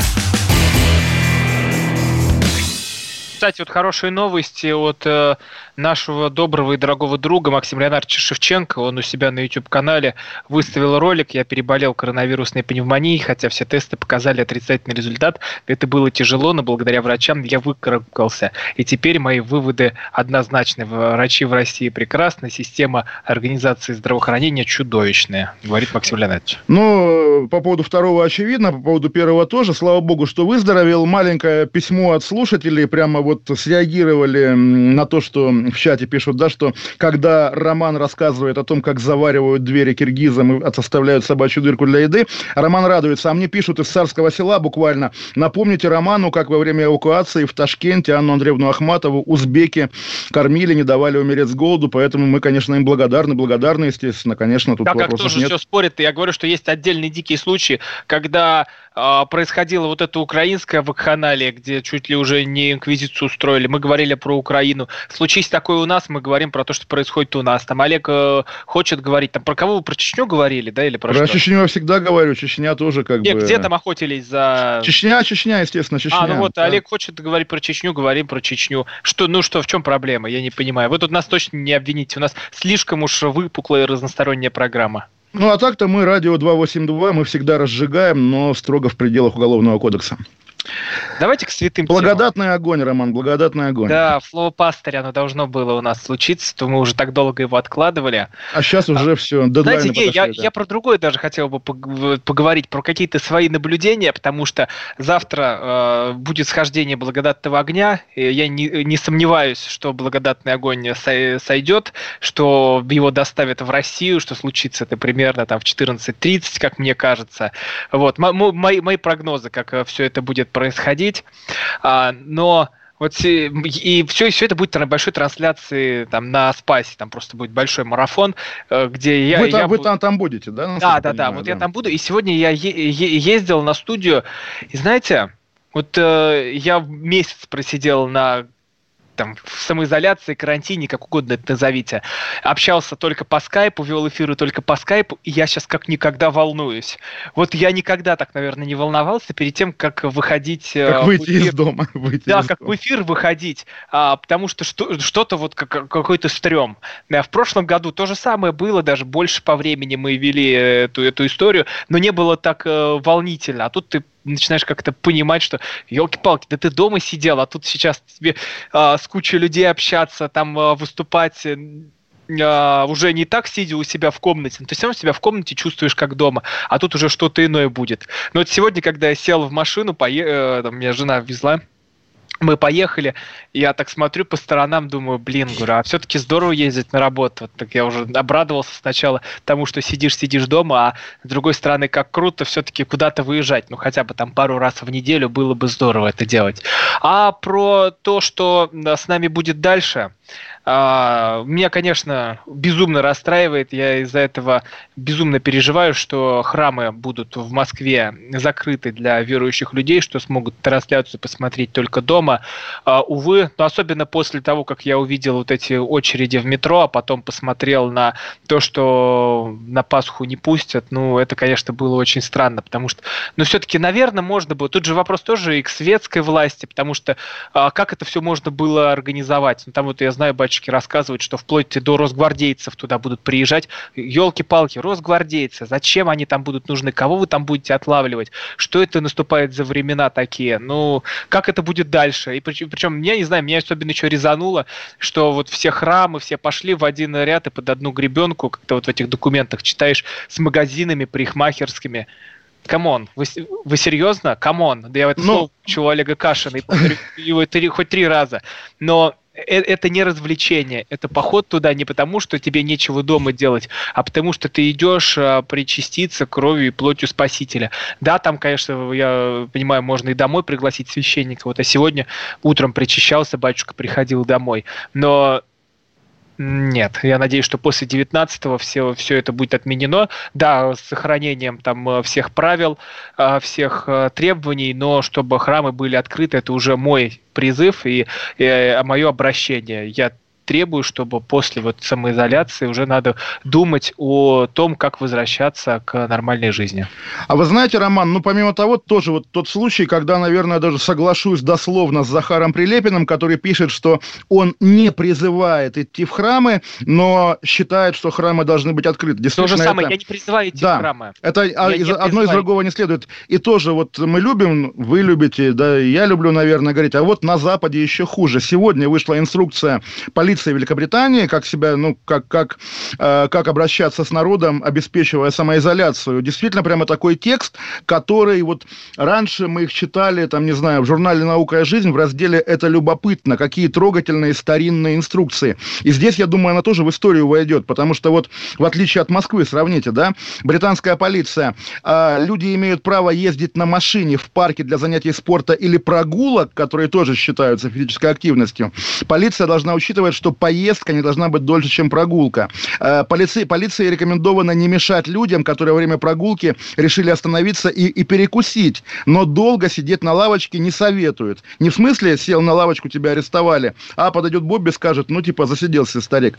Кстати, вот хорошие новости от э, нашего доброго и дорогого друга Максима Леонардовича Шевченко. Он у себя на YouTube-канале выставил ролик. Я переболел коронавирусной пневмонией, хотя все тесты показали отрицательный результат. Это было тяжело, но благодаря врачам я выкарабкался. И теперь мои выводы однозначны. Врачи в России прекрасны, система организации здравоохранения чудовищная, говорит Максим Леонардович. Ну, по поводу второго очевидно, по поводу первого тоже. Слава богу, что выздоровел. Маленькое письмо от слушателей прямо вот среагировали на то, что в чате пишут, да, что когда Роман рассказывает о том, как заваривают двери киргизам и составляют собачью дырку для еды, Роман радуется. А мне пишут из Царского Села буквально: напомните Роману, как во время эвакуации в Ташкенте Анну Андреевну Ахматову узбеки кормили, не давали умереть с голоду, поэтому мы, конечно, им благодарны, благодарны, естественно, конечно, тут так вопросов как тоже нет. Все спорят, я говорю, что есть отдельные дикие случаи, когда э, происходила вот эта украинская вакханалия, где чуть ли уже не инквизицию устроили. Мы говорили про Украину. Случись такое у нас, мы говорим про то, что происходит у нас. Там Олег э, хочет говорить. Там про кого вы, про Чечню говорили, да, или про, про что? Про Чечню я всегда говорю. Чечня тоже как Нет, бы... где там охотились за... Чечня, Чечня, естественно, Чечня. А, ну вот, да. Олег хочет говорить про Чечню, говорим про Чечню. Что, ну что, в чем проблема? Я не понимаю. Вы тут нас точно не обвините. У нас слишком уж выпуклая и разносторонняя программа. Ну, а так-то мы радио два восемь два, мы всегда разжигаем, но строго в пределах Уголовного кодекса. Давайте к святым Благодатный темам. огонь, Роман, благодатный огонь. Да, слово пастыря, оно должно было у нас случиться, то мы уже так долго его откладывали. А сейчас уже а, все, дедлайны Знаете, не, подошли, я, да. я про другое даже хотел бы поговорить, про какие-то свои наблюдения, потому что завтра э, будет схождение благодатного огня. Я не, не сомневаюсь, что благодатный огонь сойдет, что его доставят в Россию, что случится это примерно там в четырнадцать тридцать, как мне кажется. Вот. Мои, мои прогнозы, как все это будет происходить. А, но вот и, и все, все это будет на большой трансляции там, на Спасе, там просто будет большой марафон, где я... Вы, там, я вы там, там будете, да? Да, да, да, вот да. Я там буду, и сегодня я е- е- ездил на студию, и знаете, вот э, я месяц просидел на... там, в самоизоляции, карантине, как угодно это назовите, общался только по скайпу, вел эфиры только по скайпу, и я сейчас как никогда волнуюсь. Вот я никогда так, наверное, не волновался перед тем, как выходить... Как выйти из дома. Выйти да, из как дома. в эфир выходить, а, потому что, что что-то вот как, какой-то стрём. А в прошлом году то же самое было, даже больше по времени мы вели эту, эту историю, но не было так э, волнительно. А тут ты начинаешь как-то понимать, что елки-палки, да ты дома сидел, а тут сейчас тебе а, с кучей людей общаться, там а, выступать а, уже не так, сидя у себя в комнате, но ты все равно себя в комнате чувствуешь как дома, а тут уже что-то иное будет. Но вот сегодня, когда я сел в машину, пое... там, меня жена везла, Мы поехали, я так смотрю по сторонам, думаю, блин, говорю, а все-таки здорово ездить на работу. Вот так я уже обрадовался сначала тому, что сидишь-сидишь дома, а с другой стороны, как круто все-таки куда-то выезжать. Ну, хотя бы там пару раз в неделю было бы здорово это делать. А про то, что с нами будет дальше... Uh, меня, конечно, безумно расстраивает. Я из-за этого безумно переживаю, что храмы будут в Москве закрыты для верующих людей, что смогут трансляцию посмотреть только дома. Uh, увы, но особенно после того, как я увидел вот эти очереди в метро, а потом посмотрел на то, что на Пасху не пустят, ну, это, конечно, было очень странно, потому что, ну, все-таки, наверное, можно было. Тут же вопрос тоже и к светской власти, потому что uh, как это все можно было организовать? Ну, там вот я знаю, батюшки рассказывают, что вплоть до росгвардейцев туда будут приезжать. Елки-палки, росгвардейцы, зачем они там будут нужны? Кого вы там будете отлавливать? Что это наступает за времена такие? Ну, как это будет дальше? И причем, причем я не знаю, меня особенно еще резануло, что вот все храмы, все пошли в один ряд и под одну гребенку, как-то вот в этих документах читаешь, с магазинами парикмахерскими. Камон, вы, вы серьезно? Камон, да я в это слово учу у Олега Кашина и повторю его три, хоть три раза. Но это не развлечение, это поход туда не потому, что тебе нечего дома делать, а потому что ты идешь причаститься кровью и плотью Спасителя. Да, там, конечно, я понимаю, можно и домой пригласить священника. Вот я сегодня утром причащался, батюшка приходил домой. Но нет, я надеюсь, что после девятнадцатого все, все это будет отменено. Да, с сохранением там всех правил, всех требований, но чтобы храмы были открыты, это уже мой призыв и, и мое обращение. Я требую, чтобы после вот самоизоляции уже надо думать о том, как возвращаться к нормальной жизни. А вы знаете, Роман, ну помимо того, тоже вот тот случай, когда, наверное, даже соглашусь дословно с Захаром Прилепиным, который пишет, что он не призывает идти в храмы, но считает, что храмы должны быть открыты. То же самое, это... я не призываю идти да, в храмы. Это из... одно из другого не следует. И тоже вот мы любим, вы любите, да, и я люблю, наверное, говорить, а вот на Западе еще хуже. Сегодня вышла инструкция полиции Великобритании, как себя, ну, как, как, э, как обращаться с народом, обеспечивая самоизоляцию. Действительно, прямо такой текст, который вот раньше мы их читали, там, не знаю, в журнале «Наука и жизнь» в разделе «Это любопытно», какие трогательные старинные инструкции. И здесь, я думаю, она тоже в историю войдет, потому что вот, в отличие от Москвы, сравните, да, британская полиция, э, люди имеют право ездить на машине в парке для занятий спорта или прогулок, которые тоже считаются физической активностью. Полиция должна учитывать, что поездка не должна быть дольше, чем прогулка. Полиции, полиции рекомендовано не мешать людям, которые во время прогулки решили остановиться и, и перекусить, но долго сидеть на лавочке не советуют. Не в смысле сел на лавочку, тебя арестовали, а подойдет Бобби и скажет, ну типа засиделся старик.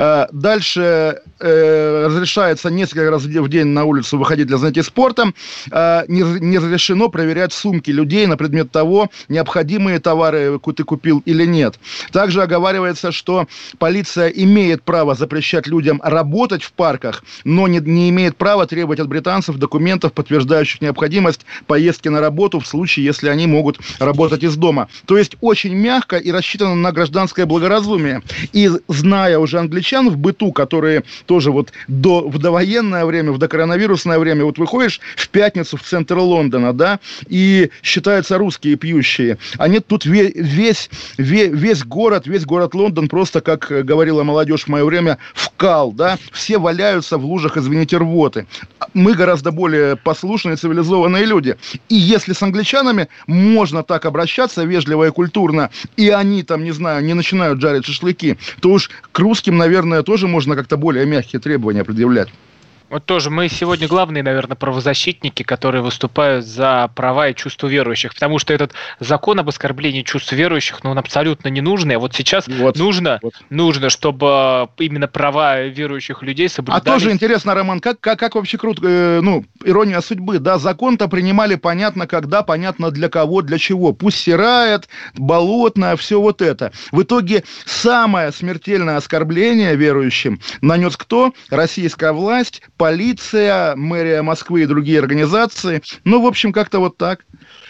Дальше э, разрешается несколько раз в день на улицу выходить для занятий спортом. Не, не разрешено проверять сумки людей на предмет того, необходимые товары ты купил или нет. Также оговаривается, что что полиция имеет право запрещать людям работать в парках, но не, не имеет права требовать от британцев документов, подтверждающих необходимость поездки на работу в случае, если они могут работать из дома. То есть очень мягко и рассчитано на гражданское благоразумие. И зная уже англичан в быту, которые тоже вот до, в довоенное время, в докоронавирусное время, вот выходишь в пятницу в центр Лондона, да, и считаются русские пьющие. Они тут весь, весь, весь город, весь город Лондон просто, как говорила молодежь в мое время, вкал, да, все валяются в лужах, извините, рвоты. Мы гораздо более послушные, цивилизованные люди. И если с англичанами можно так обращаться, вежливо и культурно, и они там, не знаю, не начинают жарить шашлыки, то уж к русским, наверное, тоже можно как-то более мягкие требования предъявлять. Вот тоже мы сегодня главные, наверное, правозащитники, которые выступают за права и чувства верующих, потому что этот закон об оскорблении чувств верующих, ну, он абсолютно не нужный, а вот сейчас вот, нужно, вот. нужно, чтобы именно права верующих людей соблюдались. А тоже интересно, Роман, как, как, как вообще круто, э, ну, ирония судьбы, да, закон-то принимали понятно когда, понятно для кого, для чего, пусть сирает, болотное, все вот это. В итоге самое смертельное оскорбление верующим нанес кто? Российская власть, полиция, мэрия Москвы и другие организации. Ну, в общем, как-то вот так.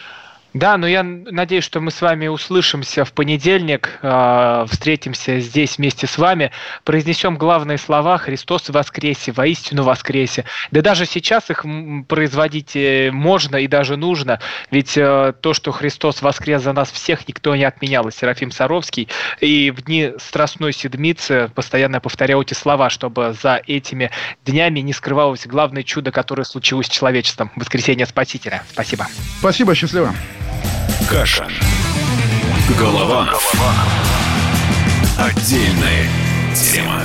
Да, но я надеюсь, что мы с вами услышимся в понедельник, э, встретимся здесь вместе с вами, произнесем главные слова «Христос воскресе», «Воистину воскресе». Да даже сейчас их производить можно и даже нужно, ведь э, то, что Христос воскрес за нас всех, никто не отменял. И Серафим Саровский, и в дни Страстной Седмицы постоянно повторял эти слова, чтобы за этими днями не скрывалось главное чудо, которое случилось с человечеством – воскресение Спасителя. Спасибо. Спасибо, счастливо. Кашин. Голованов. Отдельная тема.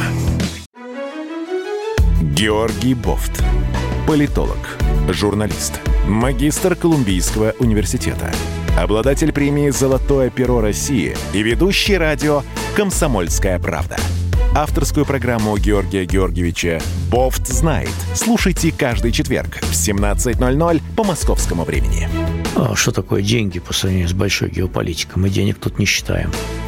Георгий Бофт. Политолог, журналист, магистр Колумбийского университета, обладатель премии «Золотое перо России» и ведущий радио «Комсомольская правда». Авторскую программу Георгия Георгиевича «Бофт знает». Слушайте каждый четверг в семнадцать ноль ноль по московскому времени. А что такое деньги по сравнению с большой геополитикой? Мы денег тут не считаем.